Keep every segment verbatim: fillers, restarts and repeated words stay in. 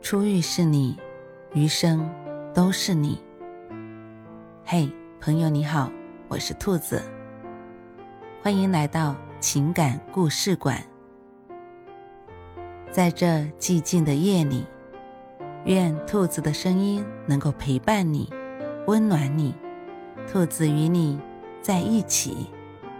初遇是你，余生都是你。嘿，朋友你好，我是兔子，欢迎来到情感故事馆。在这寂静的夜里，愿兔子的声音能够陪伴你，温暖你，兔子与你在一起。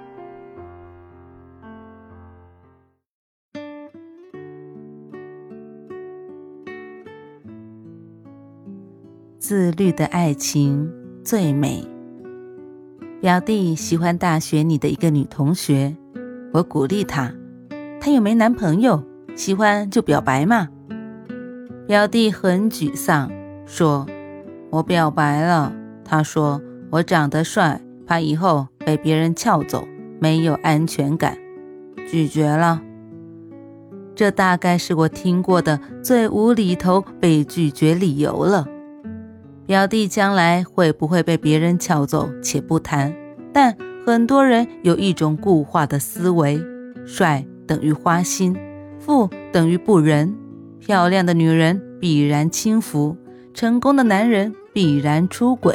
自律的爱情最美。表弟喜欢大学里的一个女同学，我鼓励她，她又没男朋友，喜欢就表白嘛。表弟很沮丧，说我表白了，他说我长得帅，怕以后被别人撬走，没有安全感，拒绝了。这大概是我听过的最无厘头被拒绝理由了。表弟将来会不会被别人撬走且不谈，但很多人有一种固化的思维，帅等于花心，富等于不仁，漂亮的女人必然轻浮，成功的男人必然出轨。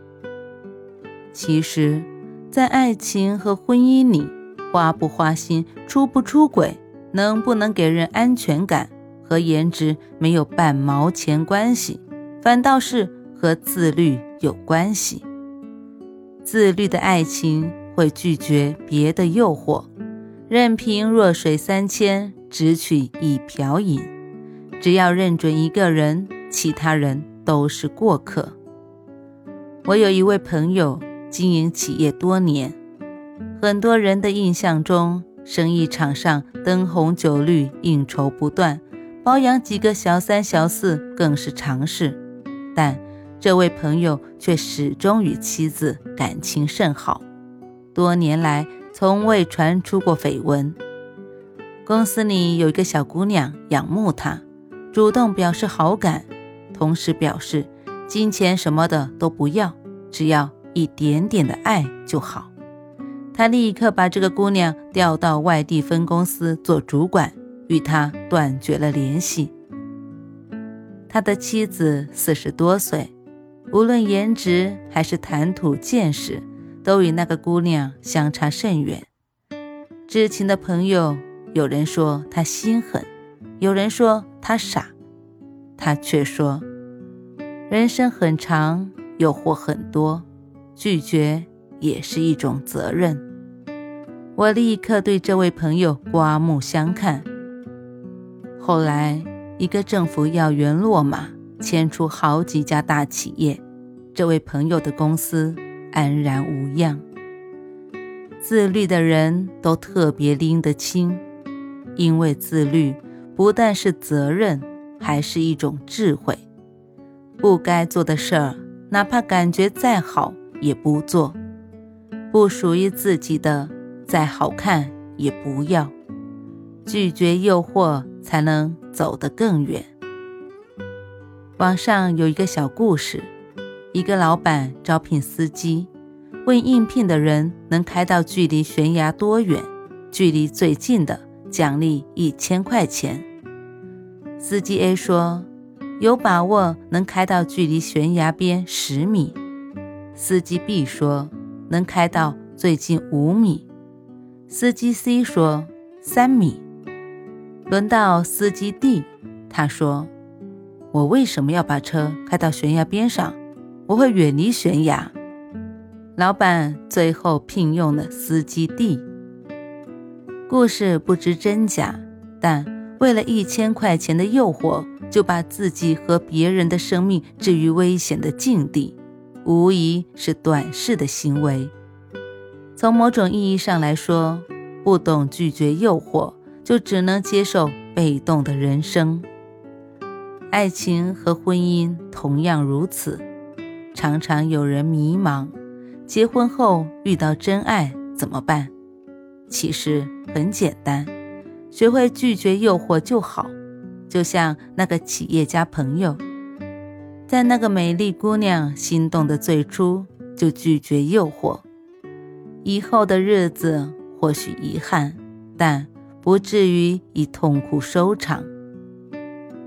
其实在爱情和婚姻里，花不花心，出不出轨，能不能给人安全感，和颜值没有半毛钱关系，反倒是和自律有关系。自律的爱情会拒绝别的诱惑，任凭弱水三千，只取一瓢饮。只要认准一个人，其他人都是过客。我有一位朋友经营企业多年，很多人的印象中，生意场上灯红酒绿，应酬不断，包养几个小三小四更是常事。但这位朋友却始终与妻子感情甚好，多年来从未传出过绯闻。公司里有一个小姑娘仰慕他，主动表示好感，同时表示金钱什么的都不要，只要一点点的爱就好。他立刻把这个姑娘调到外地分公司做主管，与他断绝了联系。他的妻子四十多岁，无论颜值还是谈吐见识，都与那个姑娘相差甚远。知情的朋友，有人说她心狠，有人说她傻，她却说人生很长，诱惑很多，拒绝也是一种责任。我立刻对这位朋友刮目相看。后来一个政府要员落马，迁出好几家大企业，这位朋友的公司安然无恙。自律的人都特别拎得清，因为自律不但是责任，还是一种智慧。不该做的事儿，哪怕感觉再好也不做，不属于自己的再好看也不要，拒绝诱惑才能走得更远。网上有一个小故事，一个老板招聘司机，问应聘的人能开到距离悬崖多远，距离最近的奖励一千块钱。司机 A 说有把握能开到距离悬崖边十米。司机 B 说能开到最近五米。司机 C 说三米。轮到司机 D， 他说我为什么要把车开到悬崖边上？我会远离悬崖。老板最后聘用了司机 D。 故事不知真假，但为了一千块钱的诱惑，就把自己和别人的生命置于危险的境地，无疑是短视的行为。从某种意义上来说，不懂拒绝诱惑，就只能接受被动的人生。爱情和婚姻同样如此，常常有人迷茫，结婚后遇到真爱怎么办？其实很简单，学会拒绝诱惑就好。就像那个企业家朋友，在那个美丽姑娘心动的最初就拒绝诱惑，以后的日子或许遗憾，但不至于以痛苦收场。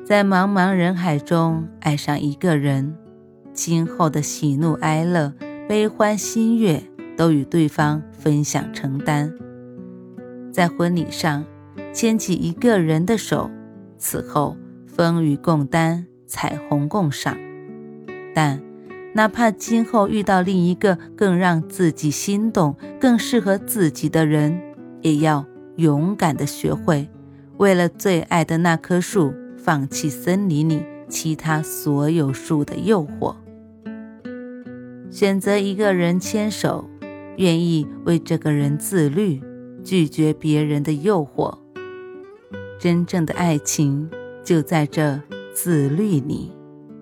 在茫茫人海中爱上一个人，今后的喜怒哀乐、悲欢心悦都与对方分享承担。在婚礼上牵起一个人的手，此后风雨共担，彩虹共赏。但哪怕今后遇到另一个更让自己心动、更适合自己的人，也要勇敢地学会为了最爱的那棵树，放弃森林里其他所有树的诱惑。选择一个人牵手，愿意为这个人自律，拒绝别人的诱惑。真正的爱情就在这自律里。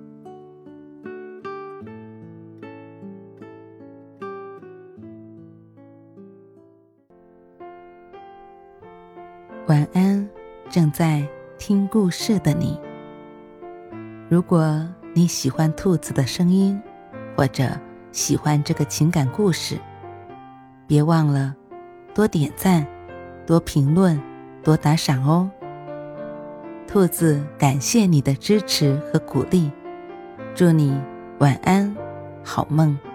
晚安，正在听故事的你。如果你喜欢兔子的声音，或者喜欢这个情感故事，别忘了多点赞、多评论、多打赏哦。兔子感谢你的支持和鼓励，祝你晚安，好梦。